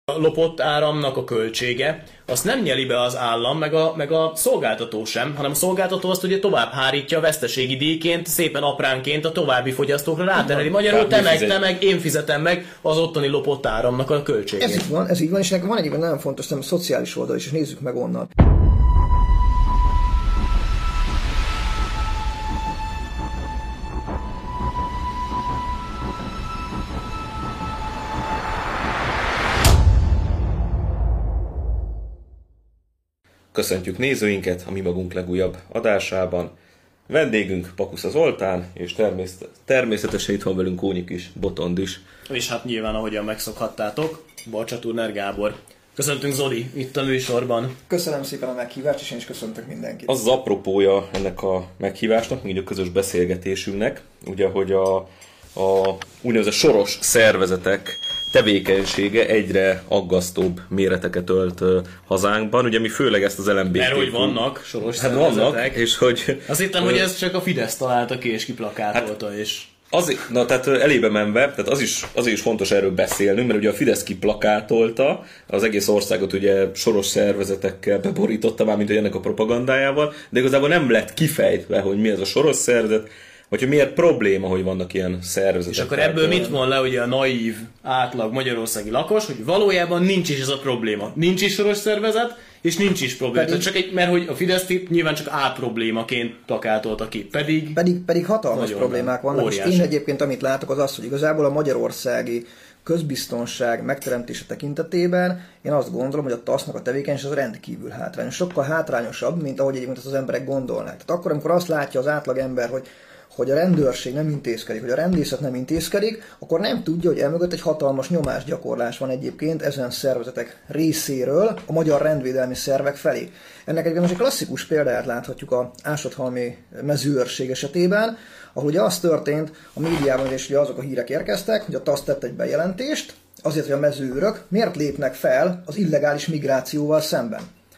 A lopott áramnak a költsége, azt nem nyeli be az állam, meg a szolgáltató sem, hanem a szolgáltató azt ugye tovább hárítja a veszteségi díjként, szépen apránként a további fogyasztókra rátereli. Magyarul te meg, én fizetem meg az ottani lopott áramnak a költségét. Ez így van, és nekem van egyébként nagyon fontos, nem a szociális oldal is, és nézzük meg onnan. Köszöntjük nézőinket a mi magunk legújabb adásában. Vendégünk Pakusza Zoltán, és természetesen itt van velünk Kónyik is, Botond is. És hát nyilván, ahogyan megszokhattátok, Balcsa Turner Gábor. Köszöntünk Zoli itt a műsorban. Köszönöm szépen a meghívást, és én is köszöntök mindenkit. Az apropója ennek a meghívásnak, így a közös beszélgetésünknek, ugye, hogy a úgynevezett soros szervezetek tevékenysége egyre aggasztóbb méreteket ölt hazánkban. Ugye mi főleg ezt az LMBTQ... Mert hogy vannak soros szervezetek. Vannak, és hogy... Azt hittem, hogy ez csak a Fidesz találta ki és kiplakátolta, és... Tehát elébe menve, tehát azért is fontos erről beszélnünk, mert ugye a Fidesz kiplakátolta, az egész országot ugye soros szervezetekkel beborította már, mint hogy ennek a propagandájával, de igazából nem lett kifejtve, hogy mi ez a soros szervezet, vagy hogy miért probléma, hogy vannak ilyen szervezetek. És akkor ebből mit mond le ugye a naív, átlag magyarországi lakos, hogy valójában nincs is ez a probléma. Nincs is soros szervezet, és nincs is probléma. Mert hogy a Fidesz nyilván csak álproblémaként plakátolta ki. Pedig hatalmas problémák vannak, óriási. És én egyébként amit látok az az, hogy igazából a magyarországi közbiztonság megteremtése tekintetében én azt gondolom, hogy a TASZ-nak a tevékenység az rendkívül hátrányos. Sokkal hátrányosabb, mint ahogy egyébként azt az emberek gondolnák. Tehát akkor, amikor azt látja az átlagember, hogy a rendőrség nem intézkedik, hogy a rendészet nem intézkedik, akkor nem tudja, hogy emögött egy hatalmas nyomásgyakorlás van egyébként ezen szervezetek részéről a magyar rendvédelmi szervek felé. Ennek egyébként most egy klasszikus példáját láthatjuk az ásathalmi mezőőrség esetében, ahol ugye az történt a médiában, és ugye azok a hírek érkeztek, hogy a TASZ tett egy bejelentést, azért, hogy a mezőőrök miért lépnek fel az illegális migrációval szemben.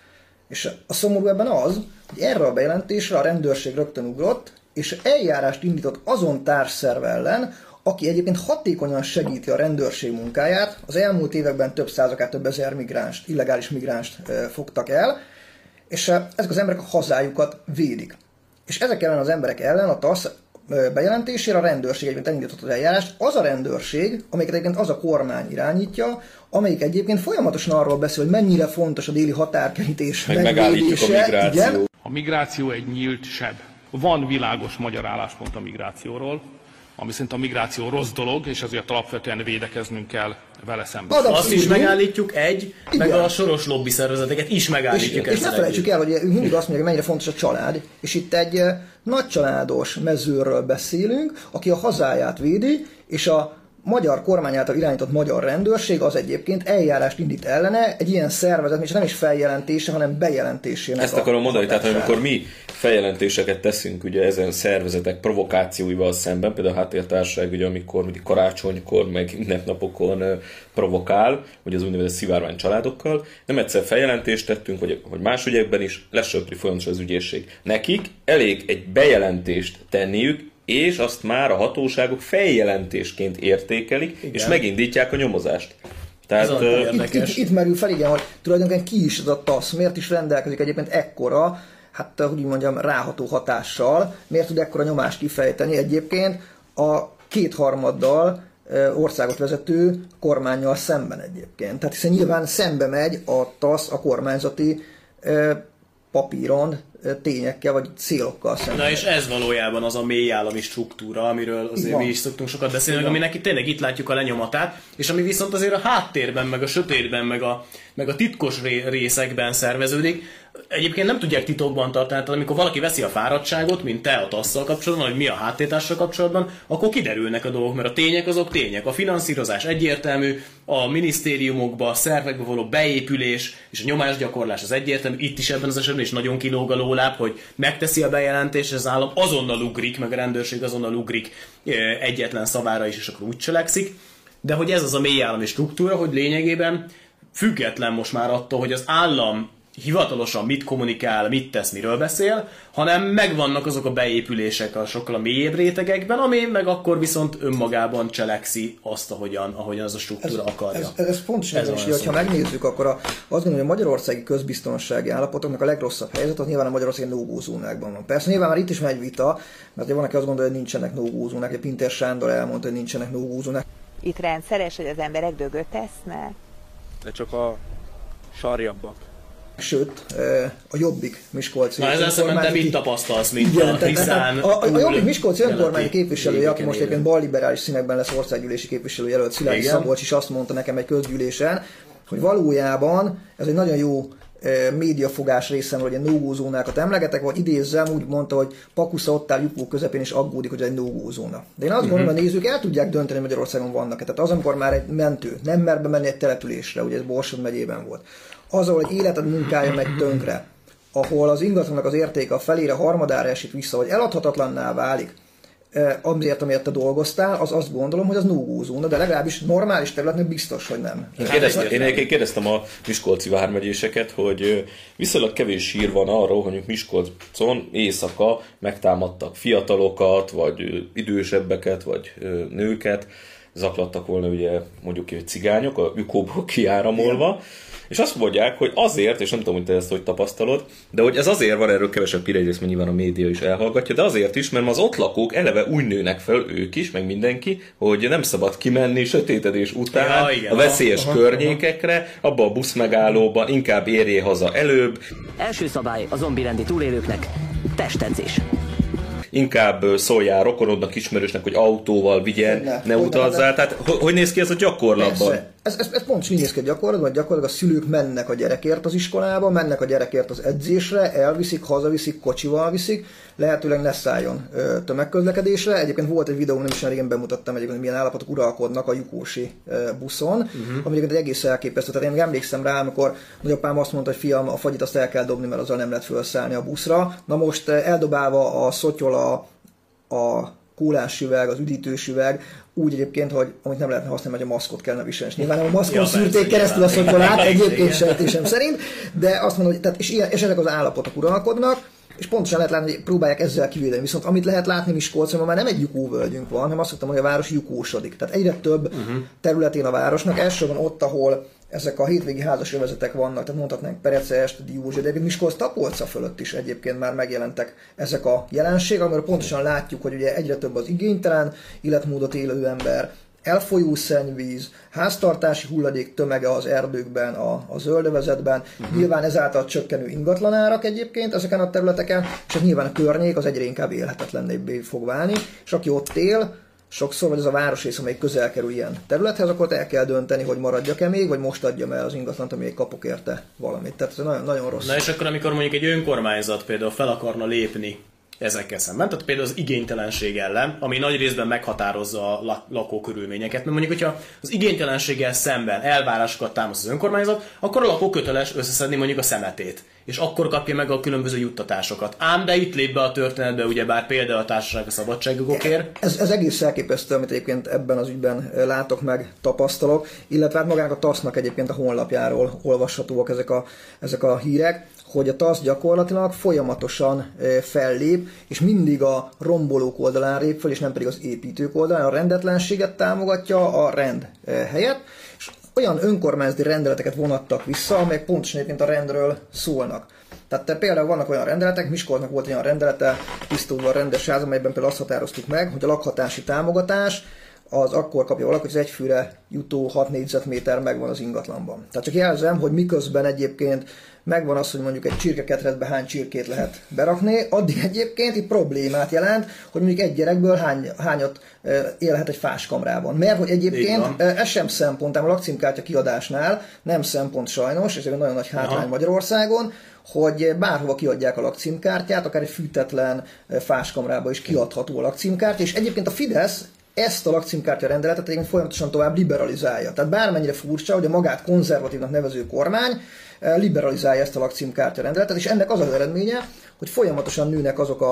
És a szomorú ebben az, hogy erre a bejelentésre a rendőrség rögtön ugrott, és eljárást indított azon társszerv ellen, aki egyébként hatékonyan segíti a rendőrség munkáját. Az elmúlt években több száz, akár több ezer migránst, illegális migránst fogtak el, és ezek az emberek a hazájukat védik. És ezek ellen az emberek ellen a TASZ bejelentésére a rendőrség egyébként elindított az eljárást. Az a rendőrség, amelyiket egyébként az a kormány irányítja, amelyik egyébként folyamatosan arról beszél, hogy mennyire fontos a déli határkerítés megvédése. A migráció. Igen. A migráció egy nyílt seb. Van világos magyar álláspont a migrációról, ami szerint a migráció rossz dolog, és azért alapvetően védekeznünk kell vele szemben. Azt is megállítjuk, meg a soros lobby szervezeteket is megállítjuk. És ne felejtsük el, hogy mindig azt mondják, hogy mennyire fontos a család, és itt egy nagycsaládos mezőről beszélünk, aki a hazáját védi, és a magyar kormány által irányított magyar rendőrség az egyébként eljárást indít ellene, egy ilyen szervezet, és nem is feljelentése, hanem bejelentésének. Ezt akarom mondani, tehát amikor mi feljelentéseket teszünk ugye ezen szervezetek provokációival szemben, például a Háttértársaság, ugye, amikor mindig karácsonykor, meg ünnepnapokon provokál, ugye az úgynevezett szivárvány családokkal, nem egyszer feljelentést tettünk, vagy más ügyekben is, lesöpri folyamatosan az ügyészség. Nekik elég egy bejelentést tenniük, és azt már a hatóságok feljelentésként értékelik, igen, és megindítják a nyomozást. Tehát, itt merül fel, igen, hogy tulajdonképpen ki is az a TASZ, miért is rendelkezik egyébként ekkora, hát hogy mondjam, ráható hatással, miért tud ekkora nyomást kifejteni egyébként a kétharmaddal országot vezető kormánnyal szemben egyébként. Tehát hiszen nyilván szembe megy a TASZ a kormányzati papíron tényekkel vagy célokkal szemben. Na és ez valójában az a mély állami struktúra, amiről azért mi is szoktunk sokat beszélni, meg aminek tényleg itt látjuk a lenyomatát, és ami viszont azért a háttérben, meg a sötétben, meg a titkos részekben szerveződik. Egyébként nem tudják titokban tartani, tehát amikor valaki veszi a fáradtságot, mint te a TASZ-szal kapcsolatban, vagy mi a háttértársal kapcsolatban, akkor kiderülnek a dolgok, mert a tények azok tények. A finanszírozás egyértelmű, a minisztériumokba, a szervekbe való beépülés és a nyomásgyakorlás az egyértelmű. Itt is ebben az esetben is nagyon kilóg a lóláb, hogy megteszi a bejelentést, az állam azonnal ugrik, meg a rendőrség azonnal ugrik egyetlen szavára is, és akkor úgy cselekszik. De hogy ez az a mély állami struktúra, hogy lényegében független most már attól, hogy az állam hivatalosan mit kommunikál, mit tesz, miről beszél, hanem megvannak azok a beépülések a sokkal mélyebb rétegekben, ami meg akkor viszont önmagában cselekszi azt, ahogyan az a struktúra akarja. Ez pontosan is, hogy ha megnézzük, akkor azt gondolom, hogy a magyarországi közbiztonsági állapotoknak a legrosszabb helyzet az nyilván a magyarországi no-go zónákban van. Persze nyilván már itt is megy vita, mert van, aki azt gondolja, hogy nincsenek no-go zónák, a Pintér Sándor elmondta, hogy nincsenek no-go zónák. Itt rendszeres, hogy az emberek dögöt esznek? De csak a sarjabbak. Sőt, a Jobbik Miskolci. Na ezzel szemben te mit tapasztalsz, mint a Tiszán? A Jobbik Miskolci önkormányzati képviselője, aki most egyébként balliberális színekben lesz országgyűlési képviselőjelölt, Szilágyi Szabolcs is azt mondta nekem egy közgyűlésen, hogy valójában ez egy nagyon jó médiafogás részemről, hogy a no-go zónákat emlegetek, vagy idézzem, úgy mondta, hogy Pakusza ott áll Jukó közepén, és aggódik, hogy egy no-go zóna. De én azt gondolom, hogy a nézők el tudják dönteni, hogy Magyarországon vannak. Tehát az, amikor már egy mentő nem mer bemenni egy településre, ugye ez Borsod megyében volt. Az, ahol egy életed munkája megy tönkre, ahol az ingatlannak az értéke a felére, harmadára esik vissza, vagy eladhatatlanná válik, azért, amiért te dolgoztál, az azt gondolom, hogy az no-go zóna, de legalábbis normális területnek biztos, hogy nem. Én kérdeztem a miskolci vármegyéseket, hogy viszonylag kevés hír van arról, hogy Miskolcon éjszaka megtámadtak fiatalokat, vagy idősebbeket, vagy nőket, zaklattak volna ugye mondjuk cigányok, a Jukóból kiáramolva, és azt mondják, hogy azért, és nem tudom, hogy te ezt hogy tapasztalod, de hogy ez azért van, erről kevesebb hír, egyrészt, mert nyilván a média is elhallgatja, de azért is, mert az ott lakók eleve úgy nőnek fel, ők is, meg mindenki, hogy nem szabad kimenni sötétedés után a veszélyes környékekre, abba a buszmegállóban, inkább érjél haza előbb. Első szabály a zombirendi túlélőknek, testedzés. Inkább szóljál rokonodnak, ismerősnek, hogy autóval vigyen, ne utazzál. Tehát hogy néz ki ez a gyakorlatban? Ez pont így néz ki a gyakorlatban, gyakorlatilag a szülők mennek a gyerekért az iskolába, mennek a gyerekért az edzésre, elviszik, hazaviszik, kocsival viszik, lehetőleg ne szálljon tömegközlekedésre. Egyébként volt egy videó, nem is régen bemutattam egyébként, hogy milyen állapotok uralkodnak a jukósi buszon, ami egyébként egy egész elképesztő. Tehát én emlékszem rá, amikor nagyapám azt mondta, hogy fiam, a fagyit azt el kell dobni, mert azzal nem lehet felszállni a buszra. Na most eldobálva a szotyol, a kólás üveg, az üdítős üveg, úgy egyébként, hogy amit nem lehetne használni, hogy a maszkot kellene viselni. Nyilván a maszkon szűrték keresztül a szotyolát, egyébként sejtésem szerint, de azt mondom, hogy tehát, és ezek az állapotok uralkodnak, és pontosan lehet látni, hogy próbálják ezzel kivédeni. Viszont amit lehet látni Miskolcon, már nem egy jukóvölgyünk van, hanem azt mondtam, hogy a város jukósodik. Tehát egyre több területén a városnak, elsősorban ott, ahol ezek a hétvégi házasövezetek vannak, tehát mondhatnánk Perecest, Diózsa, de Miskolc-Tapolca fölött is egyébként már megjelentek ezek a jelenségek, amiről pontosan látjuk, hogy ugye egyre több az igénytelen életmódot élő ember, elfolyó szennyvíz, háztartási hulladék tömege az erdőkben, a zöldövezetben, nyilván ezáltal csökkenő ingatlanárak egyébként ezeken a területeken, és nyilván a környék az egyre inkább élhetetlenné fog válni, és aki ott él, sokszor, vagy ez a városrész, amely közel kerül ilyen területhez, akkor el kell dönteni, hogy maradjak-e még, vagy most adjam el az ingatlant, amíg kapok érte valamit. Tehát ez nagyon, nagyon rossz. Na és akkor, amikor mondjuk egy önkormányzat például fel akarna lépni ezekkel szemben, tehát például az igénytelenség ellen, ami nagy részben meghatározza a lakókörülményeket, mert mondjuk, hogyha az igénytelenséggel szemben elvárásokat támaszt az önkormányzat, akkor a lakó köteles összeszedni mondjuk a szemetét, és akkor kapja meg a különböző juttatásokat. Ám de itt lép be a történetbe, ugyebár például a társaság a szabadságjogokért. Ez egész elképesztő, amit egyébként ebben az ügyben látok meg, tapasztalok, illetve hát magának a TASZ-nak egyébként a honlapjáról olvashatóak ezek a hírek, hogy a TASZ gyakorlatilag folyamatosan fellép, és mindig a rombolók oldalán lép fel, és nem pedig az építők oldalán. A rendetlenséget támogatja a rend helyett, és olyan önkormányzati rendeleteket vonattak vissza, amelyek pontosan egyébként a rendről szólnak. Tehát például vannak olyan rendeletek, Miskolcnak volt olyan rendelete, tisztulva a rendes ház, amelyben például azt határoztuk meg, hogy a lakhatási támogatás az akkor kapja valaki, hogy az egyfőre jutó 6 négyzetméter megvan az ingatlanban. Tehát csak jelzem, hogy miközben egyébként megvan az, hogy mondjuk egy csirkeketrecbe hány csirkét lehet berakni, addig egyébként itt problémát jelent, hogy mondjuk egy gyerekből hányat élhet egy fáskamrában. Mert hogy egyébként ez sem szempont, ám a lakcímkártya kiadásnál nem szempont sajnos, és ez egy nagyon nagy hátrány Magyarországon, hogy bárhova kiadják a lakcímkártyát, akár egy fűtetlen fáskamrába is kiadható a lakcímkártya, és egyébként a Fidesz ezt a lakcímkártya rendeletet egyébként folyamatosan tovább liberalizálja. Tehát bármennyire furcsa, hogy a magát konzervatívnak nevező kormány liberalizálja ezt a lakcímkártya rendeletet, és ennek az az eredménye, hogy folyamatosan nőnek azok a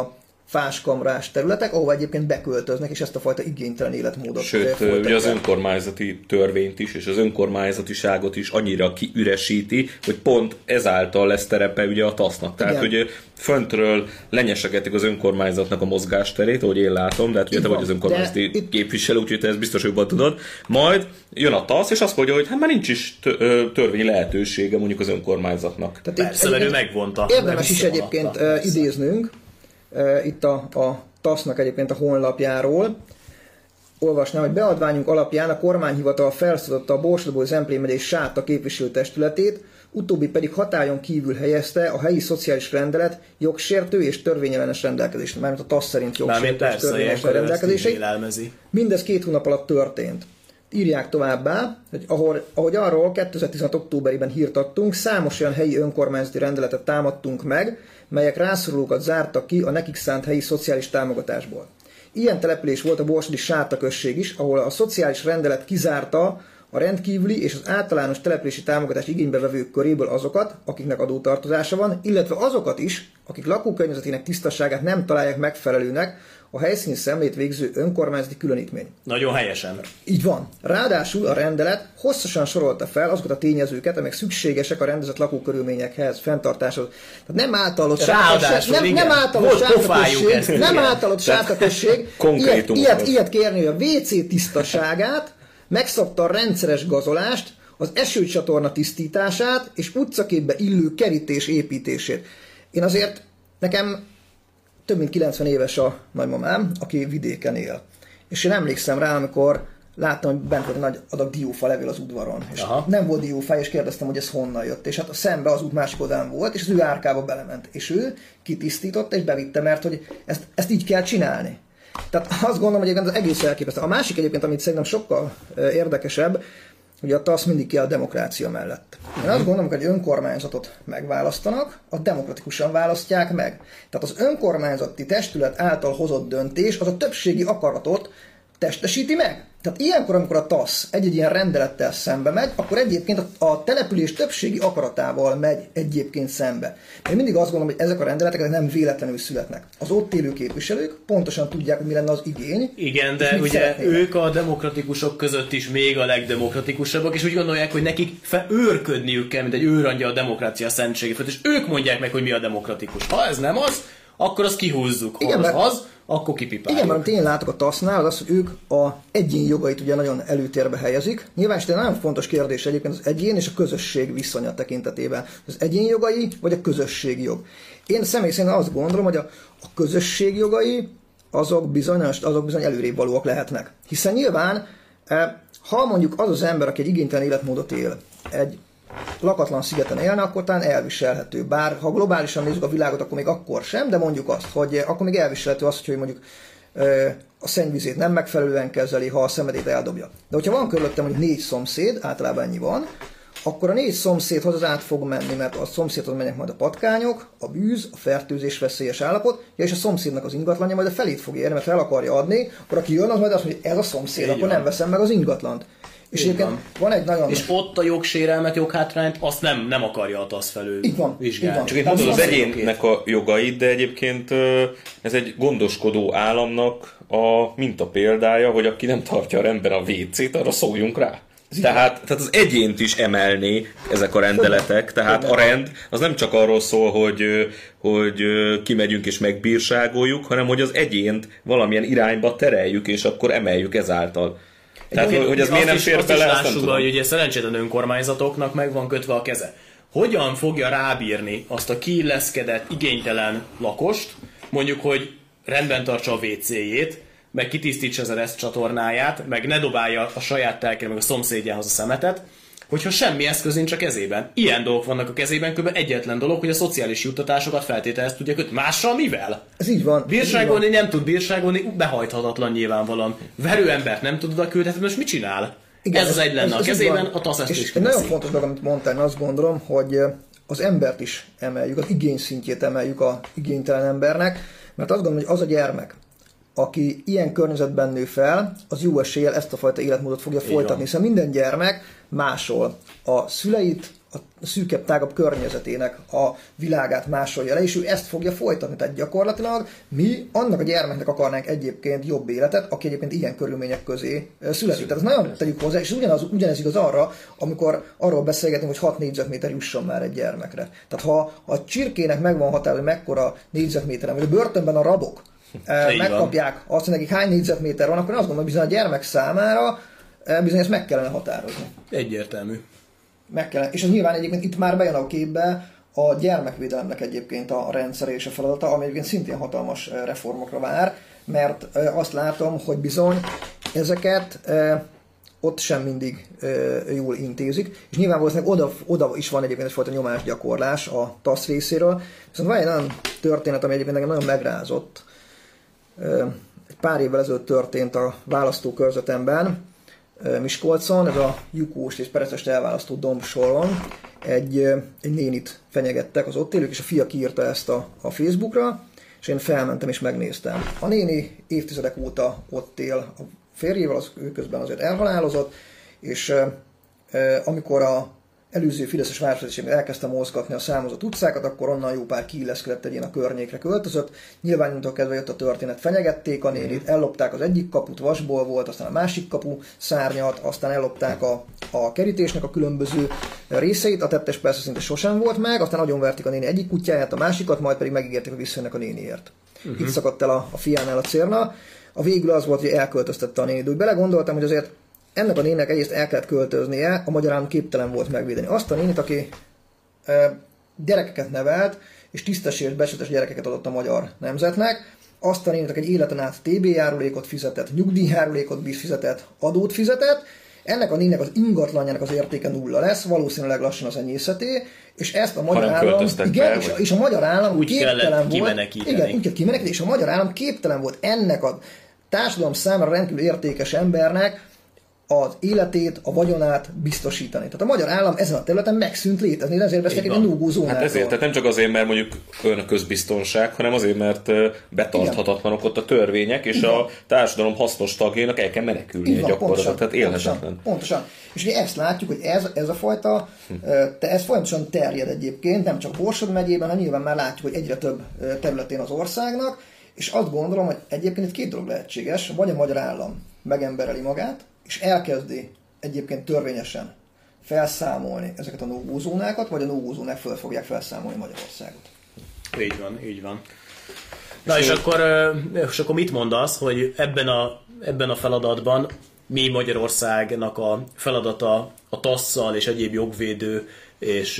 fáskamrás területek, ahova egyébként beköltöznek, és ezt a fajta igénytelen életmódot folytatják. Sőt, az önkormányzati törvényt is, és az önkormányzatiságot is annyira kiüresíti, hogy pont ezáltal lesz terepe ugye a TASZ-nak. Tehát, hogy föntről lenyesegetik az önkormányzatnak a mozgásterét, ahogy én látom, de hát ugye te vagy az önkormányzati képviselő, úgyhogy te ezt biztos jobban tudod. Majd jön a TASZ, és azt mondja, hogy hát már nincs is törvényi lehetősége mondjuk az önkormányzatnak. Persze, mert ő megvonta. Érdemes is egyébként idéznünk, itt a TASZ-nak egyébként a honlapjáról olvasnám, hogy beadványunk alapján a kormányhivatal felszólította a Borsod-Bolyai-Zemplén megyei Sáta képviselőtestületét, utóbbi pedig hatályon kívül helyezte a helyi szociális rendelet jogsértő és törvényellenes rendelkezését, mármint a TASZ szerint jogsértő és törvényellenes rendelkezéseit. Mindez 2 hónap alatt történt. Írják továbbá, hogy ahogy arról 2016. októberében hírt adtunk, számos olyan helyi önkormányzati rendeletet támadtunk meg, melyek rászorulókat zártak ki a nekik szánt helyi szociális támogatásból. Ilyen település volt a borsodi Sáta község is, ahol a szociális rendelet kizárta a rendkívüli és az általános települési támogatást igénybe vevők köréből azokat, akiknek adótartozása van, illetve azokat is, akik lakókörnyezetének tisztaságát nem találják megfelelőnek a helyszíni szemlét végző önkormányzati különítmény. Nagyon helyesen. Így van. Ráadásul a rendelet hosszasan sorolta fel azokat a tényezőket, amelyek szükségesek a rendezett lakókörülményekhez, fenntartáshoz. Tehát nem általott Sáta község ilyet kérni, hogy a WC tisztaságát, megszabta a rendszeres gazolást, az esőcsatorna tisztítását és utcaképbe illő kerítés építését. Én azért, nekem több mint 90 éves a nagymamám, aki vidéken él. És én emlékszem rá, amikor láttam, hogy bent volt egy nagy adag diófa levél az udvaron. És nem volt diófa, és kérdeztem, hogy ez honnan jött. És hát a szembe az út másik oldalán volt, és az ő árkába belement. És ő kitisztította, és bevitte, mert hogy ezt így kell csinálni. Tehát azt gondolom, hogy egyébként az egész elképesztő. A másik egyébként, amit szerintem sokkal érdekesebb, hogy a TASZ mindig ki a demokrácia mellett. Én azt gondolom, hogy egy önkormányzatot megválasztanak, a demokratikusan választják meg. Tehát az önkormányzati testület által hozott döntés az a többségi akaratot testesíti meg. Tehát ilyenkor, amikor a TASZ egy ilyen rendelettel szembe megy, akkor egyébként a település többségi akaratával megy egyébként szembe. Én mindig azt gondolom, hogy ezek a rendeletek nem véletlenül születnek. Az ott élő képviselők pontosan tudják, hogy mi lenne az igény. Igen, de ugye ők a demokratikusok között is még a legdemokratikusabbak, és úgy gondolják, hogy nekik őrködniük kell, mint egy őrangya a demokrácia szentségét, és ők mondják meg, hogy mi a demokratikus. Ha ez nem az, akkor azt kihúzzuk. Ha igen, az, akkor kipipáljuk. Igen, mert én látok a TASZ-nál, az, hogy ők a egyén jogait ugye nagyon előtérbe helyezik. Nyilván ez nagyon fontos kérdés egyébként az egyén és a közösség viszonya tekintetében. Az egyén jogai, vagy a közösség jog. Én személy szerint azt gondolom, hogy a közösség jogai azok bizony előrébb valóak lehetnek. Hiszen nyilván, ha mondjuk az az ember, aki egy igénytelen életmódot él, egy lakatlan szigeten élne, akkor talán elviselhető. Bár ha globálisan nézzük a világot, akkor még akkor sem, de mondjuk azt, hogy akkor még elviselhető az, hogy mondjuk a szennyvizét nem megfelelően kezeli, ha a szemetét eldobja. De hogyha van körülöttem mondjuk 4 szomszéd, általában ennyi van, akkor a 4 szomszédhoz az át fog menni, mert a szomszédhoz mennek majd a patkányok, a bűz, a fertőzés veszélyes állapot, és a szomszédnak az ingatlanja majd a felét fog érni, mert fel akarja adni, akkor aki jön, az majd azt mondja, hogy ez a szomszéd, akkor nem veszem meg az ingatlant. És egyébként van egy nagyon... És ott a jogsérelmet, joghátrányt, azt nem akarja a TASZ felül vizsgálni. Csak itt mondod az egyénnek a jogait, de egyébként ez egy gondoskodó államnak a mintapéldája, hogy aki nem tartja rendben a WC-t, arra szóljunk rá. Tehát az egyént is emelné ezek a rendeletek, tehát a rend az nem csak arról szól, hogy kimegyünk és megbírságoljuk, hanem hogy az egyént valamilyen irányba tereljük, és akkor emeljük ezáltal. Tehát, hogy ez miért nem fér bele, azt nem tudom. Hogy ugye szerencsétlen önkormányzatoknak meg van kötve a keze. Hogyan fogja rábírni azt a kiilleszkedett, igénytelen lakost, mondjuk, hogy rendben tartsa a WC-jét, meg kitisztítsa az ereszcsatornáját, meg ne dobálja a saját telkére, meg a szomszédjához a szemetet, hogyha semmi eszköz nincs a kezében. Ilyen dolgok vannak a kezében, kb. Egyetlen dolog, hogy a szociális juttatásokat feltételez tudja kötni. Mással mivel? Ez így van. Bírságolni nem tud bírságolni, behajthatatlan nyilvánvalóan. Verőembert nem tud oda küldeni, most mit csinál? Igen, ez az egy lenne a kezében, a TASZ ezt is kiveszi. Nagyon fontos dolog, amit mondtál, azt gondolom, hogy az embert is emeljük, az igény szintjét emeljük az igénytelen embernek, mert azt gondolom, hogy az a gyermek, aki ilyen környezetben nő fel, az jó eséllyel ezt a fajta életmódot fogja folytatni, hiszen minden gyermek másol a szüleit, a szűkebb, tágabb környezetének a világát másolja le, és ő ezt fogja folytatni. Tehát gyakorlatilag mi annak a gyermeknek akarnánk egyébként jobb életet, aki egyébként ilyen körülmények közé születik. Tehát ezt nagyon tegyük hozzá, és ugyanez igaz arra, amikor arról beszélgetünk, hogy 6 négyzetméter jusson már egy gyermekre. Tehát ha a csirkének megvan határ, hogy mekkora négyzetméteren, vagy a börtönben a rabok megkapják azt, hogy nekik hány négyzetméter van, akkor azt gondolom, hogy bizony a gyermek számára bizony ezt meg kellene határozni. Egyértelmű. Meg kellene. És az nyilván egyébként itt már bejön a képbe a gyermekvédelemnek egyébként a rendszere és a feladata, ami egyébként szintén hatalmas reformokra vár, mert azt látom, hogy bizony ezeket ott sem mindig jól intézik, és nyilván valószínűleg oda is van egyébként egyfajta nyomásgyakorlás a TASZ részéről. Viszont van egy olyan történet, ami egyébként engem nagyon megrázott. Egy pár évvel ezelőtt történt a választókörzetemben, Miskolcon, ez a Jukóst és Perecest elválasztó dombsoron egy nénit fenyegettek az ott élők, és a fia kiírta ezt a Facebookra, és én felmentem és megnéztem. A néni évtizedek óta ott él a férjével, ő közben azért elhalálozott, és amikor a előző fideszes városvezetésében elkezdte mozgatni a számozott utcákat, akkor onnan jó pár kiilleszkedett egy a környékre költözött. Nyilván nyújtól kezdve jött a történet, fenyegették a nénit, ellopták az egyik kaput, vasból volt, aztán a másik kapu szárnyat, aztán ellopták a kerítésnek a különböző részeit, a tettes persze szinte sosem volt meg, aztán agyonverték a néni egyik kutyáját, a másikat, majd pedig megígérték, hogy visszajönnek a néniért. Itt szakadt el a fiánál a cérna. A végül az volt, hogy elköltöztette a néni. De úgy belegondoltam, hogy azért ennek a néninek egyrészt el kellett költöznie, a magyar állam képtelen volt megvédeni azt a nénit, aki gyerekeket nevelt, és tisztességes, becsületes gyerekeket adott a magyar nemzetnek, azt a nénit, aki egy életen át TB járulékot fizetett, nyugdíjjárulékot fizetett, adót fizetett, ennek a néninek az ingatlanjának az értéke nulla lesz, valószínűleg lassan az enyészeté, és ezt a magyar állam, igen, és a magyar állam úgy képtelen volt, kimenekíteni. Igen, úgy kell kimenekíteni, és a magyar állam képtelen volt ennek a társadalom számára rendkívül értékes embernek az életét, a vagyonát biztosítani. Tehát a magyar állam ezen a területen megszűnt létezni, ezért beszélek egy no-go zónáról. Hát ezért, tehát nem csak azért, mert mondjuk ön a közbiztonság, hanem azért, mert betarthatatlanok ott a törvények, és a társadalom hasznos tagjainak el kell menekülni gyakorlatilag, tehát élhetetlen. Pontosan. És ugye ezt látjuk, hogy ez a fajta, ez folyamatosan terjed egyébként, nem csak Borsod megyében, hanem nyilván már látjuk, hogy egyre több területén az országnak, és azt gondolom, hogy egyébként itt két dolog lehetséges, vagy a magyar állam megembereli magát, és elkezdi egyébként törvényesen felszámolni ezeket a no-go zónákat, vagy a no-go zónák föl fogják felszámolni Magyarországot. Így van. Na és akkor mit mondasz, hogy ebben a feladatban mi Magyarországnak a feladata a TASZ-szal és egyéb jogvédő és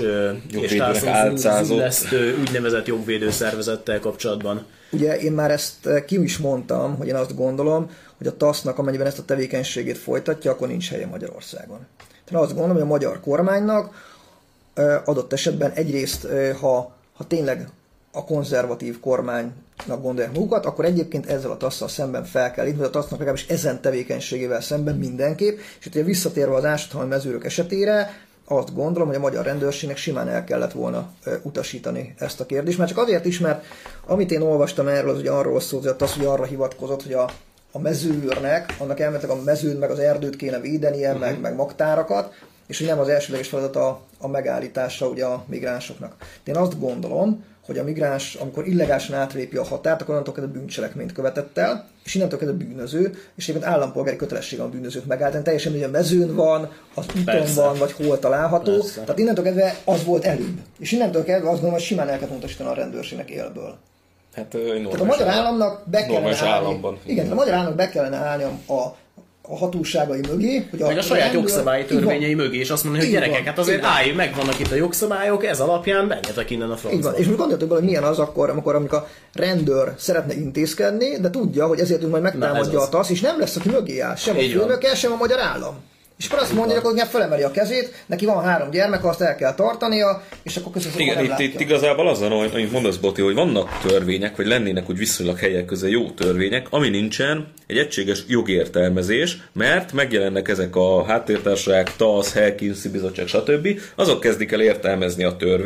társadalomfejlesztő úgynevezett jogvédő szervezettel kapcsolatban? Ugye én már ezt ki is mondtam, hogy én azt gondolom, hogy a TASZ-nak, amennyiben ezt a tevékenységét folytatja, akkor nincs helye Magyarországon. Tehát azt gondolom, hogy a magyar kormánynak adott esetben egyrészt, ha tényleg a konzervatív kormánynak gondolják magukat, akkor egyébként ezzel a TASZ-szal szemben fel kell lépni, hogy a TASZ-nak legalábbis ezen tevékenységével szemben mindenképp, és ugye visszatérve az ásathalmi mezőrök esetére, azt gondolom, hogy a magyar rendőrségnek simán el kellett volna utasítani ezt a kérdést. Már csak azért is, mert amit én olvastam erről, az ugye arról szólt, hogy a TASZ ugye arra hivatkozott, hogy a mezőőrnek, annak elméletileg a mezőt meg az erdőt kéne védenie, meg magtárakat, és hogy nem az elsődleges feladat a megállítása ugye a migránsoknak. De én azt gondolom, hogy a migráns, amikor illegálisan átlépi a határt, akkor onnantól kezdve bűncselekményt követett el, és innentől kezdve bűnöző, és egyébként állampolgári kötelessége a bűnözőt megállítani. Teljesen, hogy a mezőn van, az úton van, vagy hol található. Persze. Tehát innentől kezdve az volt előbb. És innentől kezdve azt gondolom, hogy simán el kell utasítani a rendőrségnek élből. Tehát a magyar államnak be kellene állni. Igen, a magyar államnak be kellene állni a hatóságai mögé. Hogy meg a saját jogszabályi törvényei mögé, és azt mondani, hogy gyerekek, hát azért megvannak itt a jogszabályok, ez alapján menjetek innen a francba. És most gondoljatok bele, hogy milyen az akkor, amikor a rendőr szeretne intézkedni, de tudja, hogy ezért majd megtámadja a TASZ, és nem lesz, aki mögé áll, sem a főnöke, sem a magyar állam. És akkor azt mondja, hogy felemeli a kezét, neki van 3 gyermek, azt el kell tartania, és akkor közben igen, itt igazából az, amit mondasz, Boti, hogy vannak törvények, vagy lennének úgy viszonylag helyek közé jó törvények, ami nincsen egy egységes jogértelmezés, mert megjelennek ezek a háttértársaság, TASZ, Helsinki Bizottság, stb. Azok kezdik el értelmezni a törvényt,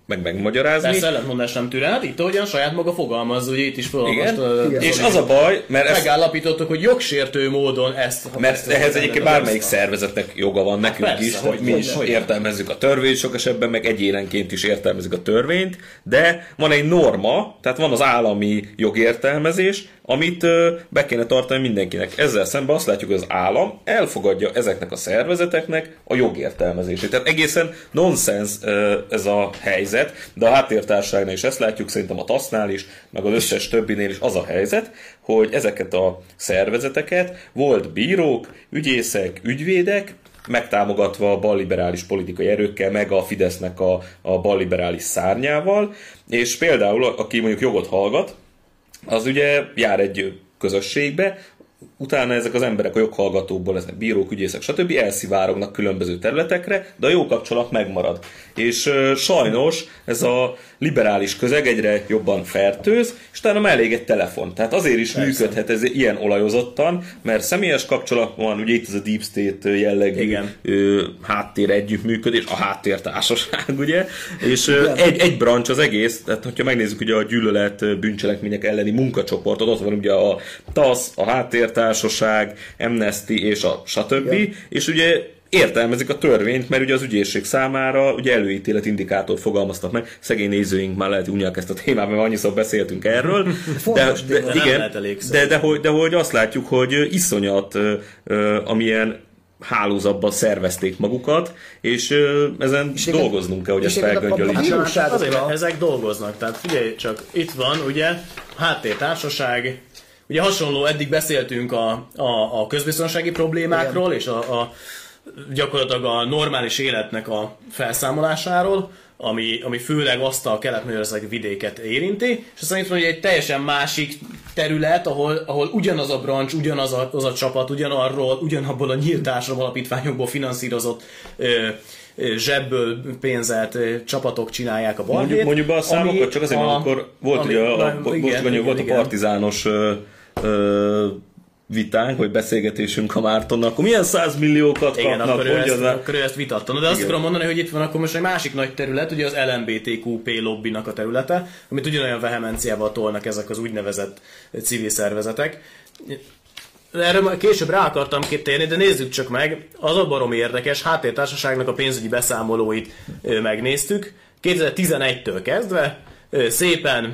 megmagyarázni. Persze ellentmondás nem tűre, hát itt ahogyan saját maga fogalmaz, ugye itt is felolvasta. És az a baj, mert megállapítottuk, hogy jogsértő módon ezt ehhez egyébként bármelyik szervezetnek joga van, nekünk persze, is, hogy mi is értelmezzük a törvényt, sok esetben meg egyénenként is értelmezzük a törvényt, de van egy norma, tehát van az állami jogértelmezés, amit be kéne tartani mindenkinek. Ezzel szemben azt látjuk, hogy az állam elfogadja ezeknek a szervezeteknek a jogértelmezését. Tehát egészen nonsens ez a helyzet, de a háttértársaságnál is ezt látjuk, szerintem a TASZ-nál is, meg az összes többinél is az a helyzet, hogy ezeket a szervezeteket volt bírók, ügyészek, ügyvédek, megtámogatva a balliberális politikai erőkkel, meg a Fidesznek a balliberális szárnyával, és például aki mondjuk jogot hallgat, az ugye jár egy közösségbe, utána ezek az emberek a joghallgatókból lesznek bírók, ügyészek, stb. Elszivárognak különböző területekre, de a jó kapcsolat megmarad. És sajnos ez a liberális közeg egyre jobban fertőz, és utána már elég egy telefon. Tehát azért is működhet ez ilyen olajozottan, mert személyes kapcsolat van, ugye itt ez a Deep State jellegű háttér együttműködés, a háttértársaság, ugye? És egy brancs az egész, tehát hogyha megnézzük ugye a gyűlölet bűncselekmények elleni munkacsoportot, ott van ugye a TASZ, a háttértársaság, Amnesty és a stb. És ugye értelmezik a törvényt, mert ugye az ügyészség számára ugye előítélet indikátort fogalmaztak meg. Szegény nézőink már lehet unják ezt a témát, mert annyiszor beszéltünk erről. De hogy azt látjuk, hogy iszonyat amilyen hálózatban szervezték magukat, és ezen dolgoznunk kell, hogy ezt felgöngyölítsük. Azért ezek dolgoznak, tehát figyelj csak, itt van ugye háttértársaság, ugye hasonló, eddig beszéltünk a közbiztonsági problémákról, és gyakorlatilag a normális életnek a felszámolásáról, ami főleg azt a kelet-magyarországi vidéket érinti, és aztán itt van egy teljesen másik terület, ahol ugyanaz a brancs, ugyanaz a csapat, ugyanabból a nyílt társadalom alapítványokból finanszírozott zsebből pénzelt csapatok csinálják a balhét. Mondjuk be a számokat, csak azért, mert akkor volt a partizános vitánk, vagy beszélgetésünk a Mártonnal, akkor milyen 100 milliókat kapnak? Akkor ő ezt vitatta. De azt akarom mondani, hogy itt van akkor most egy másik nagy terület, ugye az LMBTQP lobbynak a területe, amit ugyanolyan vehemenciával tolnak ezek az úgynevezett civil szervezetek. Erről később rá akartam térni, de nézzük csak meg, az a baromi érdekes, háttértársaságnak a pénzügyi beszámolóit megnéztük. 2011-től kezdve szépen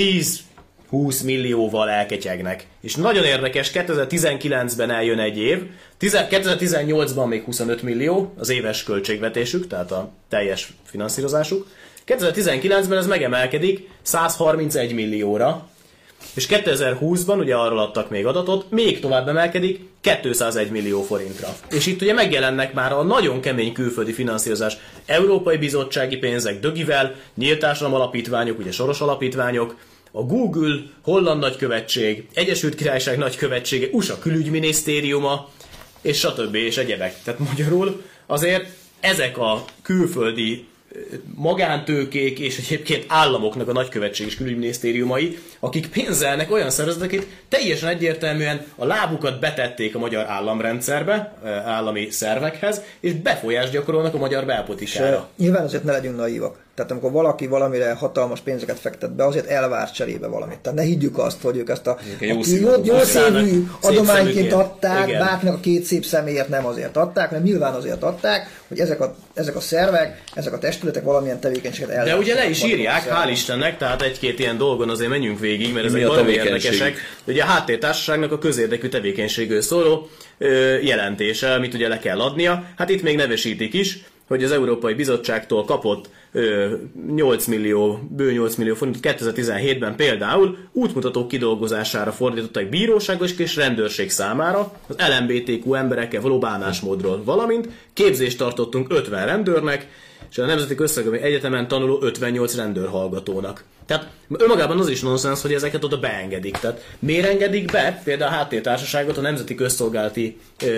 10-20 millióval elketyegnek. És nagyon érdekes, 2019-ben eljön egy év, 2018-ban még 25 millió az éves költségvetésük, tehát a teljes finanszírozásuk. 2019-ben ez megemelkedik 131 millióra, és 2020-ban, ugye arról adtak még adatot, még tovább emelkedik 201 millió forintra. És itt ugye megjelennek már a nagyon kemény külföldi finanszírozás, Európai Bizottsági pénzek dögivel, nyílt társadalom alapítványok, ugye soros alapítványok, a Google, Holland nagykövetség, Egyesült Királyság nagykövetsége, USA külügyminisztériuma, és stb. És egyebek. Tehát magyarul azért ezek a külföldi magántőkék és egyébként államoknak a nagykövetség és külügyminisztériumai, akik pénzelnek olyan szervezeteket, teljesen egyértelműen a lábukat betették a magyar államrendszerbe, állami szervekhez, és befolyást gyakorolnak a magyar belpolitikára. Nyilván azért ne legyünk naívak. Tehát amikor valaki valamire hatalmas pénzeket fektet be, azért elvár cserébe valamit. Tehát ne higgyük azt, hogy ők ezt a jó szívű adományként adták, bárkinek a két szép személyért nem azért adták, hanem nyilván azért adták, hogy ezek a szervek, ezek a testületek valamilyen tevékenységet elvárják. De ugye le is írják, hál' Istennek, tehát egy-két ilyen dolgon azért menjünk végig, mert ezek nagyon érdekesek. Ugye a háttértársaságnak a közérdekű tevékenységről szóló jelentése, amit ugye le kell adnia. Hát itt még nevesítik is, hogy az Európai Bizottságtól kapott bő 8 millió forintot 2017-ben például útmutatók kidolgozására fordították bíróságos és rendőrség számára, az LMBTQ emberekkel való bánásmódról, valamint képzést tartottunk 50 rendőrnek, és a Nemzeti Közszolgálati Egyetemen tanuló 58 rendőrhallgatónak. Tehát önmagában az is nonsens, hogy ezeket oda beengedik. Tehát miért engedik be például a háttértársaságot a Nemzeti Közszolgálati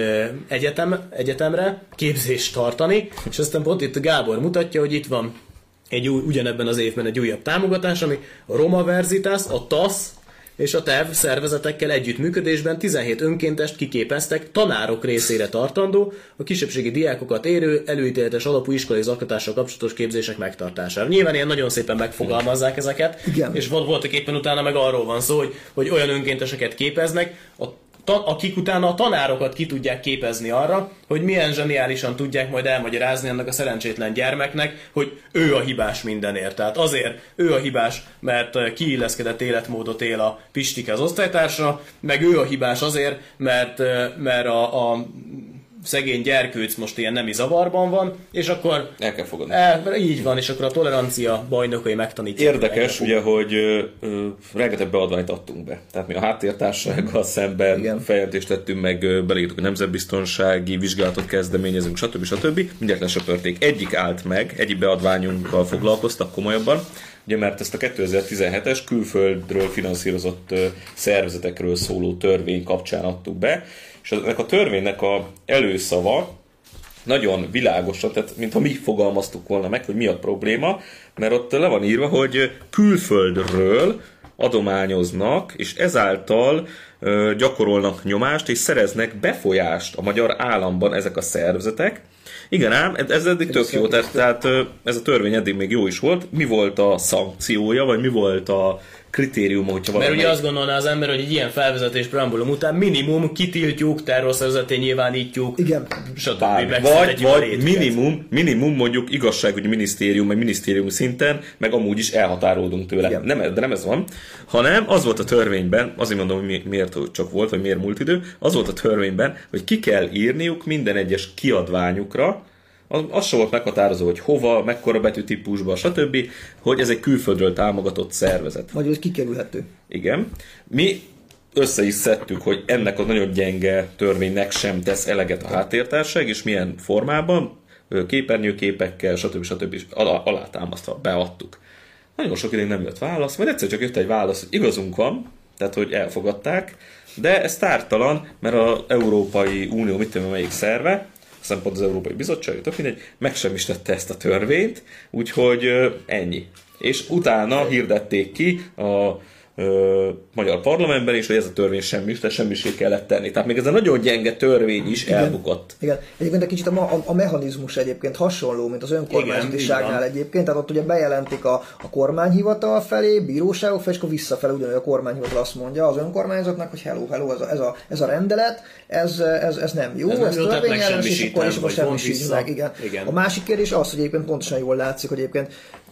Egyetemre képzést tartani, és aztán pont itt Gábor mutatja, hogy itt van ugyanebben az évben egy újabb támogatás, ami a Roma Verzitas, a TASZ és a terv szervezetekkel együttműködésben 17 önkéntest kiképeztek tanárok részére tartandó, a kisebbségi diákokat érő előítéletes alapú iskolai zaklatással kapcsolatos képzések megtartására. Nyilván ilyen nagyon szépen megfogalmazzák ezeket, igen. És voltak éppen utána meg arról van szó, hogy olyan önkénteseket képeznek, akik utána a tanárokat ki tudják képezni arra, hogy milyen zseniálisan tudják majd elmagyarázni annak a szerencsétlen gyermeknek, hogy ő a hibás mindenért. Tehát azért ő a hibás, mert kiilleszkedett életmódot él a Pistike az osztálytársa, meg ő a hibás azért, mert a szegény gyerkőc most ilyen nemi zavarban van, és akkor... El kell fogadni. Így van, és akkor a tolerancia bajnokai megtanítják. Érdekes, ugye, hogy rengeteg beadványt adtunk be. Tehát mi a háttértársággal szemben feljelentést tettünk, meg beleírtuk, hogy nemzetbiztonsági vizsgálatot kezdeményezünk, stb. Mindjárt lesöpörték. Egyik beadványunkkal foglalkoztak komolyabban, ugye, mert ezt a 2017-es külföldről finanszírozott szervezetekről szóló törvény kapcsán adtuk be, és ennek a törvénynek a előszava nagyon világosan, tehát mintha mi fogalmaztuk volna meg, hogy mi a probléma, mert ott le van írva, hogy külföldről adományoznak, és ezáltal gyakorolnak nyomást, és szereznek befolyást a magyar államban ezek a szervezetek. Igen ám, ez eddig tök jó, tehát ez a törvény eddig még jó is volt. Mi volt a szankciója, vagy mi volt a kritérium, hogyha valami... Mert ugye azt gondolná az ember, hogy egy ilyen felvezetés preambulum után minimum kitiltjuk, terrorszervezetté nyilvánítjuk, stb. Vagy minimum mondjuk igazságügyi minisztérium, meg minisztérium szinten, meg amúgy is elhatárolódunk tőle. De nem ez van, hanem az volt a törvényben, azért mondom, hogy miért csak volt, vagy miért múlt idő, az volt a törvényben, hogy ki kell írniuk minden egyes kiadványukra, az sem volt meghatározó, hogy hova, mekkora betűtípusba, stb., hogy ez egy külföldről támogatott szervezet. Vagy ez kikerülhető. Igen. Mi össze is szedtük, hogy ennek a nagyon gyenge törvénynek sem tesz eleget a háttértárság, és milyen formában, képernyőképekkel, stb. Alátámasztva beadtuk. Nagyon sok ideig nem jött válasz, majd egyszer csak jött egy válasz, hogy igazunk van, tehát hogy elfogadták, de ez tártalan, mert az Európai Unió, mit tudom, melyik szerve, aztán pont az Európai Bizottság, tök mindegy, megsemmisítette ezt a törvényt, úgyhogy ennyi. És utána hirdették ki a magyar parlamentben is, hogy ez a törvény semmisé kellett tenni. Tehát még ez a nagyon gyenge törvény is elbukott. Igen. Egyébként egy kicsit a mechanizmus egyébként hasonló, mint az önkormányzatiságnál egyébként. Tehát ott ugye bejelentik a kormányhivatal felé, bíróságok felé, és akkor visszafelé ugyanúgy a kormányhivatal azt mondja az önkormányzatnak, hogy hello, ez a rendelet, ez nem jó, ez törvényellenes, és akkor semmisítsd meg. Igen. A másik kérdés az, hogy egyébként pontosan jól látszik, hogy egyébként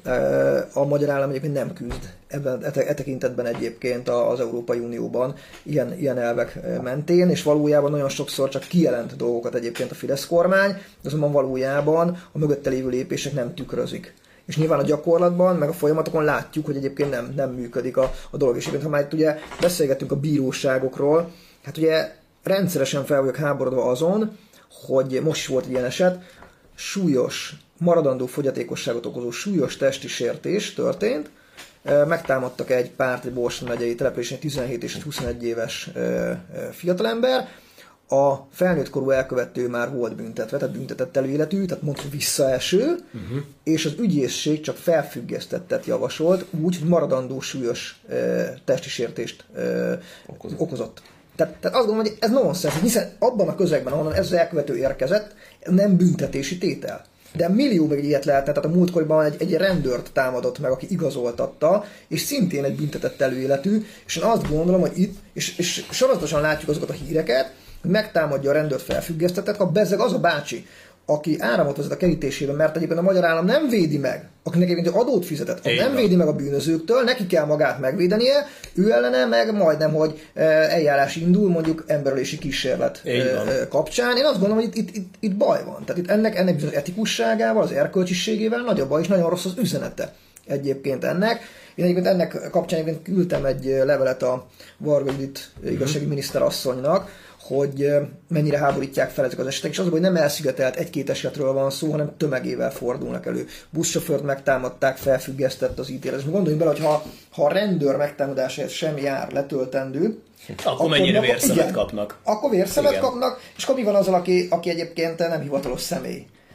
a magyar állam egyébként nem küzd e tekintetben egyébként az Európai Unióban ilyen elvek mentén, és valójában nagyon sokszor csak kijelent dolgokat egyébként a Fidesz kormány, de azonban valójában a mögötte lévő lépések nem tükrözik. És nyilván a gyakorlatban, meg a folyamatokon látjuk, hogy egyébként nem működik a dolog. És egyébként, ha már itt ugye beszélgettünk a bíróságokról, hát ugye rendszeresen fel vagyok háborodva azon, hogy most volt ilyen eset, súlyos, maradandó fogyatékosságot okozó súlyos testi sértés történt. Megtámadtak egy párt, egy Borsod megyei településen 17 és 21 éves fiatalember. A felnőtt korú elkövető már volt büntetve, tehát büntetett előéletű, tehát mondjuk visszaeső, és az ügyészség csak felfüggesztettet javasolt, úgy, hogy maradandó súlyos testi sértést okozott. Tehát azt gondolom, hogy ez nonsens, hiszen abban a közegben, ahonnan ez az elkövető érkezett, nem büntetési tétel. De millió meg ilyet lehetne, tehát a múltkoriban egy rendőrt támadott meg, aki igazoltatta, és szintén egy büntetett előéletű, és én azt gondolom, hogy itt, és sorozatosan látjuk azokat a híreket, hogy megtámadja a rendőrt felfüggesztettet, ha bezzeg az a bácsi, aki áramot vezet a kerítésében, mert egyébként a magyar állam nem védi meg, akinek egyébként adót fizetett, nem védi meg a bűnözőktől, neki kell magát megvédenie, ő ellene meg majdnem, hogy eljárás indul mondjuk emberölési kísérlet kapcsán. Én azt gondolom, hogy itt baj van. Tehát itt ennek bizonyos etikusságával, az erkölcsiségével nagyobb baj, és nagyon rossz az üzenete egyébként ennek. Én egyébként ennek kapcsán egyébként küldtem egy levelet a Varga Judit igazságügyi miniszterasszonynak, hogy mennyire háborítják fel ezek az esetek, és az, hogy nem elszigetelt egy-két esetről van szó, hanem tömegével fordulnak elő. Buszsofőrt megtámadták, felfüggesztett az ítélet. És gondoljunk bele, hogy ha a rendőr megtámadásáért sem jár letöltendő, akkor mennyire vérszemet kapnak. Akkor vérszemet kapnak, és akkor mi van azzal, aki egyébként nem hivatalos személy.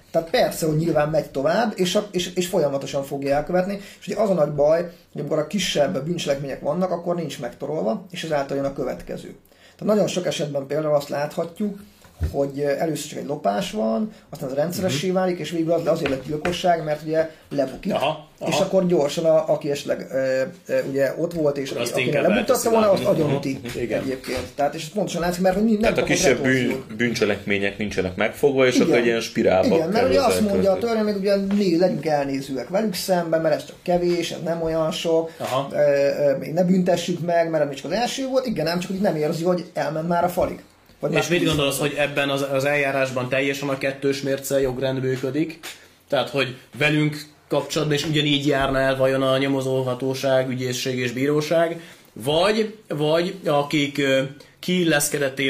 Tehát persze, hogy nyilván megy tovább, és folyamatosan fogja elkövetni, és ugye az a nagy baj, hogy amikor a kisebb bűncselekmények vannak, akkor nincs megtorolva, és ezáltal jön a következő. Tehát nagyon sok esetben például azt láthatjuk, hogy először csak egy lopás van, aztán az rendszeressé válik, és végül azért lett gyilkosság, mert ugye lebukik. És akkor gyorsan, aki esetleg ugye ott volt, és aki lebuktatta volna, azt agyonüti egyébként. Tehát, és pontosan látszik, mert nem tehát a kisebb bűncselekmények nincsenek megfogva, és akkor egy ilyen spirálba. Igen, mert ugye azt mondja a törvény, hogy ugye legyünk elnézőek velük szemben, mert ez csak kevés, ez nem olyan sok, még ne büntessük meg, mert ez csak az első volt, igen, nem csak hogy nem érzi, hogy elment már a falig. És mit gondolsz, hogy ebben az eljárásban teljesen a kettős mérce jogrend működik? Tehát, hogy velünk kapcsolatban is ugyanígy járna el vajon a nyomozóhatóság, ügyészség és bíróság, vagy akik kiilleszkedett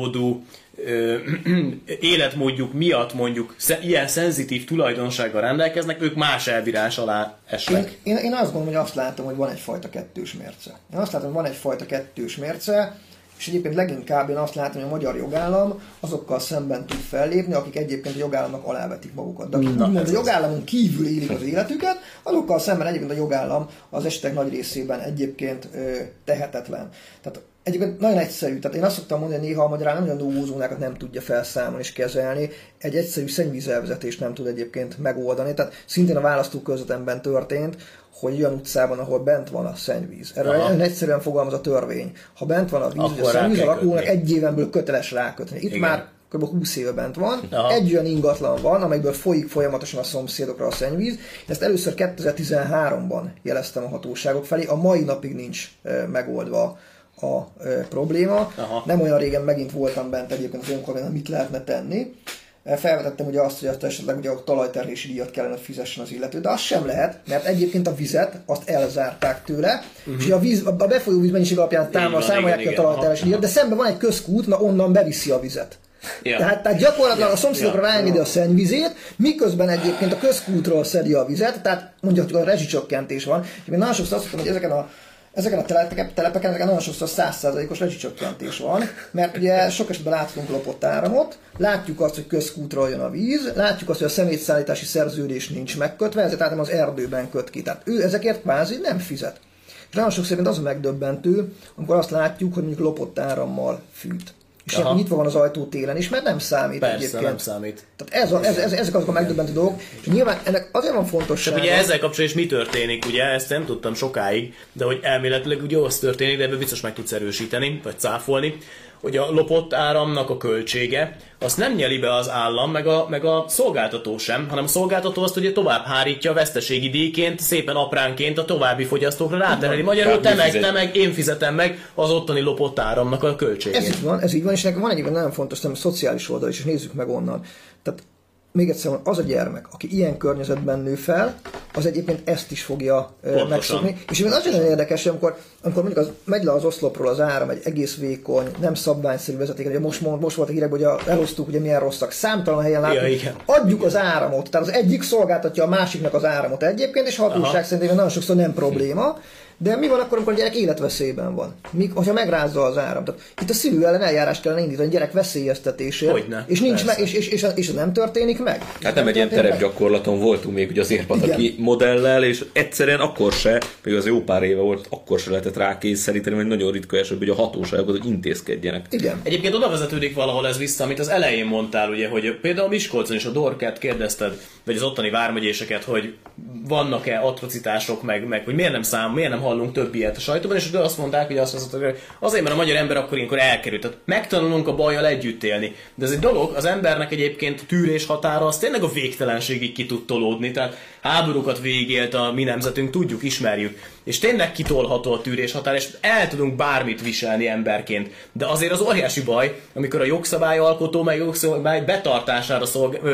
életmódjuk miatt mondjuk ilyen szenzitív tulajdonsággal rendelkeznek, ők más elbírás alá esnek. Én azt gondolom, hogy azt látom, hogy van egyfajta kettős mérce. Én azt látom, hogy van egyfajta kettős mérce, és egyébként leginkább én azt látom, hogy a magyar jogállam azokkal szemben tud fellépni, akik egyébként a jogállamnak alávetik magukat. De akik úgymond a jogállamon kívül élik az életüket, azokkal szemben egyébként a jogállam az esetek nagy részében egyébként tehetetlen. Tehát egyébként nagyon egyszerű, tehát én azt szoktam mondani, hogy néha a magyar állam olyan nóvózónákat nem tudja felszámolni és kezelni, egy egyszerű szennyvízelvezetést nem tud egyébként megoldani. Tehát szintén a választókörzetemben történt, hogy olyan utcában, ahol bent van a szennyvíz. Erről nagyon egyszerűen fogalmaz a törvény. Ha bent van a víz, a szennyvíz, a lakónak egy éven belül köteles rákötni. Itt már kb. 20 éve bent van. Egy olyan ingatlan van, amelyből folyik folyamatosan a szomszédokra a szennyvíz. Ezt először 2013-ban jeleztem a hatóságok felé, a mai napig nincs megoldva a probléma. Nem olyan régen megint voltam bent egyébként az önkormányzatban, mit lehetne tenni. Felvetettem ugye azt, hogy azt esetleg ugye a talajterhelési díjat kellene fizessen az illető, de az sem lehet, mert egyébként a vizet azt elzárták tőle, és a befolyó víz mennyiség alapján számolják ki a talajterhelési díjat, de szemben van egy közkút, na onnan beviszi a vizet. Ja. Tehát gyakorlatilag a szomszédokra ráengedi a szennyvizét, miközben egyébként a közkútról szedi a vizet, tehát mondjuk a rezsicsökkentés van. És én nagyon sokszor azt mondtam, hogy ezeken a telepeken nagyon sokszor 100%-os rezsicsökkentés van, mert ugye sok esetben látunk lopott áramot, látjuk azt, hogy közkútról jön a víz, látjuk azt, hogy a szemétszállítási szerződés nincs megkötve, ezért általában az erdőben köt ki. Tehát ő ezekért kvázi nem fizet. És nagyon sokszor az a megdöbbentő, amikor azt látjuk, hogy mondjuk lopott árammal fűt. És nyitva van az ajtó télen is, mert nem számít. Persze, egyébként. Nem számít. Tehát ezek azok a megdöbbentő dolgok, és nyilván ennek azért van fontossága. Csak ugye ezzel kapcsolatban is mi történik, ugye ezt nem tudtam sokáig, de hogy elméletileg ugye az történik, de ebben biztos meg tudsz erősíteni, vagy cáfolni, hogy a lopott áramnak a költsége, azt nem nyeli be az állam, meg a szolgáltató sem, hanem a szolgáltató azt ugye tovább hárítja veszteségi díjként, szépen apránként a további fogyasztókra rátereli. Magyarul te meg, én fizetem meg az ottani lopott áramnak a költségét. Ez így van, és nekem van egy nagyon fontos, nem szociális oldal is, és nézzük meg onnan. Tehát még egyszer az a gyermek, aki ilyen környezetben nő fel, az egyébként ezt is fogja megszokni. És az nagyon érdekes, amikor mondjuk megy le az oszlopról az áram, egy egész vékony, nem szabványszerű vezeték, ugye most volt a hírekben, hogy elosztuk, ugye milyen rosszak, számtalan helyen látunk, adjuk az áramot, tehát az egyik szolgáltatja a másiknak az áramot egyébként, és hatóság szerint nagyon sokszor nem probléma. De mi van akkor, amikor a gyerek életveszélyben van? Ha megrázza az áram? Tehát itt a szülő ellen eljárást kellene indítani a gyerek veszélyeztetésére. És nincs meg, és nem történik meg. Hát nem egy ilyen terepgyakorlaton voltunk még ugye az Érpataki modellel, és egyszerűen akkor se, még az jó pár éve volt, akkor se lehetett rákényszeríteni, hogy nagyon ritka eset, hogy a hatóságok hogy intézkedjenek. Igen. Egyébként oda vezetődik valahol ez vissza, amit az elején mondtál, ugye, hogy például Miskolcon is a Dorkát kérdezted, vagy az ottani vármegyéseket, hogy vannak-e atrocitások, meg hogy miért nem hallunk több ilyet a sajtóban, és azt mondták, hogy azért, mert a magyar ember akkor ilyenkor elkerült. Tehát megtanulunk a bajjal együtt élni. De ez egy dolog, az embernek egyébként tűrés határa az tényleg a végtelenségig ki tud tolódni. Tehát háborúkat végélt a mi nemzetünk, tudjuk, ismerjük. És tényleg kitolható a tűrés határ, és el tudunk bármit viselni emberként. De azért az óriási baj, amikor a jogszabályalkotó, meg jogszabály betartására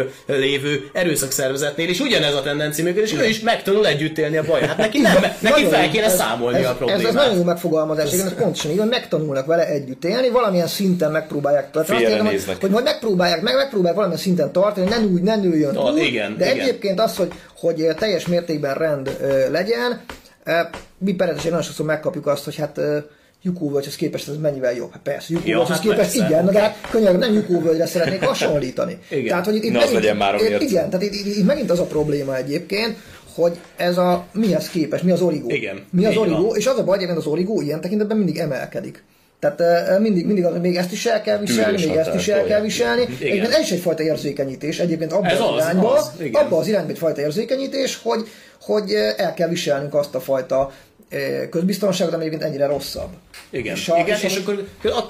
lévő erőszakszervezetnél is ugyanez a tendencia működik, és ő is megtanul együtt élni a baj. Hát neki fel kéne számolni a problémát. Ez nagyon jó megfogalmazás, igen, ez pontosan így, hogy megtanulnak vele együtt élni, valamilyen szinten megpróbálják tartani. Hogy majd megpróbálják valamilyen szinten tartani, ne nőjön túl, de egyébként az, hogy teljes mértékben rend legyen, mi peredesen nagyon sokszor megkapjuk azt, hogy hát Lyukóvölgyhöz képest ez mennyivel jobb? Hát persze, Lyukóvölgyhöz képest igen, de hát könyörgöm, nem Lyukóvölgyre szeretnék hasonlítani. Tehát, hogy itt megint, legyen már igen, tehát itt megint az a probléma egyébként, hogy ez mihez képest, mi az origó. Igen. Mi az origó, és az a baj, hogy az origó ilyen tekintetben mindig emelkedik. Tehát mindig az, hogy még ezt is el kell viselni, még ezt is el kell viselni. Egyébként ez is egyfajta érzékenyítés, egyébként abba az irányba egyfajta érzékenyítés, hogy el kell viselnünk azt a fajta közbiztonságot, ami egyébként ennyire rosszabb. Igen, és akkor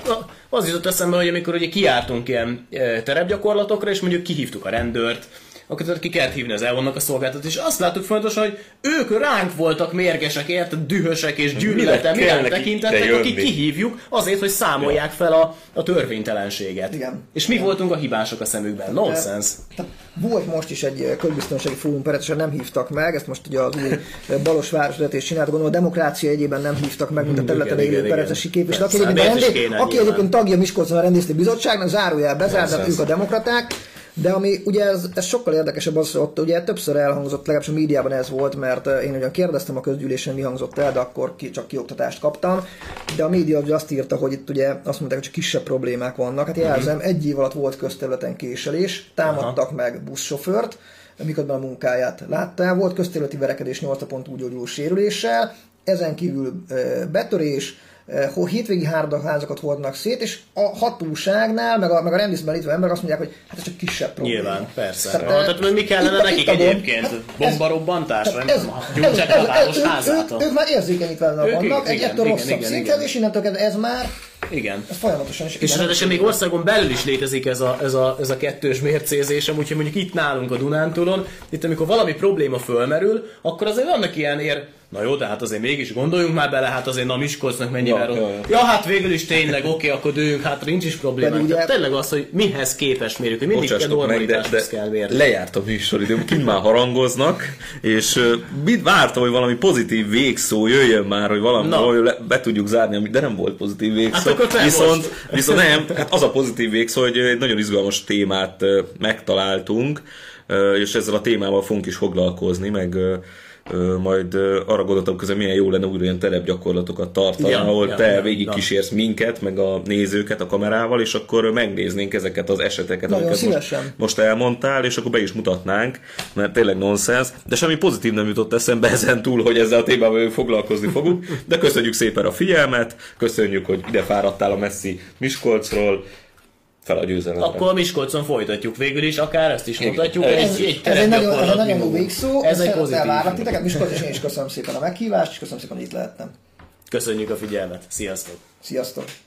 az jutott eszembe, hogy amikor ugye kijártunk ilyen terepgyakorlatokra, és mondjuk kihívtuk a rendőrt, akkor ki kellett hívni az EON-nak a szolgáltatót, és azt láttuk fontosan, hogy ők ránk voltak mérgesek, érted, dühösek és gyűlöleten, mivel tekintettek, akik kihívjuk azért, hogy számolják fel a törvénytelenséget. Igen. És mi voltunk a hibások a szemükben. Nonsense. Volt most is egy közbiztonsági fórum, peretesen nem hívtak meg, ezt most ugye az új Balos városvezetés csinált, gondolom a demokrácia egyében nem hívtak meg, mint a területen élő peretesi képviselő. Aki egyébként tagja Miskolcon a rendészeti bizottságnak, zárójel bezárt, ők a demokraták. De ami ugye ez sokkal érdekesebb az, ott ugye többször elhangzott, legalábbis a médiában ez volt, mert én ugyan kérdeztem a közgyűlésen, mi hangzott el, de akkor csak kioktatást kaptam. De a média ugye azt írta, hogy itt ugye azt mondták, hogy csak kisebb problémák vannak. Hát jelzem, egy év alatt volt közterületen késelés, támadtak meg buszsofőrt, miközben a munkáját látta. Volt közterületi verekedés 8 napon túlgyógyuló sérüléssel, ezen kívül betörés, hétvégi házakat hordnak szét, és a hatóságnál, meg a rendészben lévő emberek azt mondják, hogy hát ez csak kisebb probléma. Nyilván, persze. Tehát mi kellene nekik egyébként? Bombarobbantás? Gyújtsák a városházát? Ők már érzékenyítve vannak, ettől rosszabb szinthez, és innentől kezdve ez már igen. Ez folyamatosan is. És ráadásul még országon belül is létezik ez a kettős mércézésem, úgyhogy mondjuk itt nálunk a Dunántúlon, itt amikor valami probléma fölmerül, akkor azért vannak ilyen na jó, de hát azért mégis gondoljunk már bele, hát azért na Miskolcnak mennyivel rossz. Ja, hát végül is tényleg, oké, akkor dőjünk, hát nincs is probléma. Ugye... Tényleg az, hogy mihez képes mérjük, hogy mindig a normalitáshoz kell mérni. Lejárt a műsoridőm, kint már harangoznak, és mit vártam, hogy valami pozitív végszó jöjjön már, hogy valami be tudjuk zárni, de nem volt pozitív végszó. Hát viszont nem, hát az a pozitív végszó, hogy egy nagyon izgalmas témát megtaláltunk, és ezzel a témával fogunk is foglalkozni, meg majd arra gondoltam közben, milyen jó lenne újra ilyen terepgyakorlatokat tartani, ahol te végig kísérsz minket, meg a nézőket a kamerával, és akkor megnéznénk ezeket az eseteket, amiket most elmondtál, és akkor be is mutatnánk, mert tényleg nonsens, de semmi pozitív nem jutott eszembe ezen túl, hogy ezzel a témával foglalkozni fogunk, de köszönjük szépen a figyelmet, köszönjük, hogy ide fáradtál a messzi Miskolcról, fel a győzelemre. Akkor Miskolcon folytatjuk végül is, akár ezt is mutatjuk. Ez egy nagyon jó végszó, ez egy pozitív. Elvárnak titeket, Miskolc, és én is köszönöm szépen a meghívást, és köszönöm szépen, hogy itt lehettem. Köszönjük a figyelmet. Sziasztok! Sziasztok!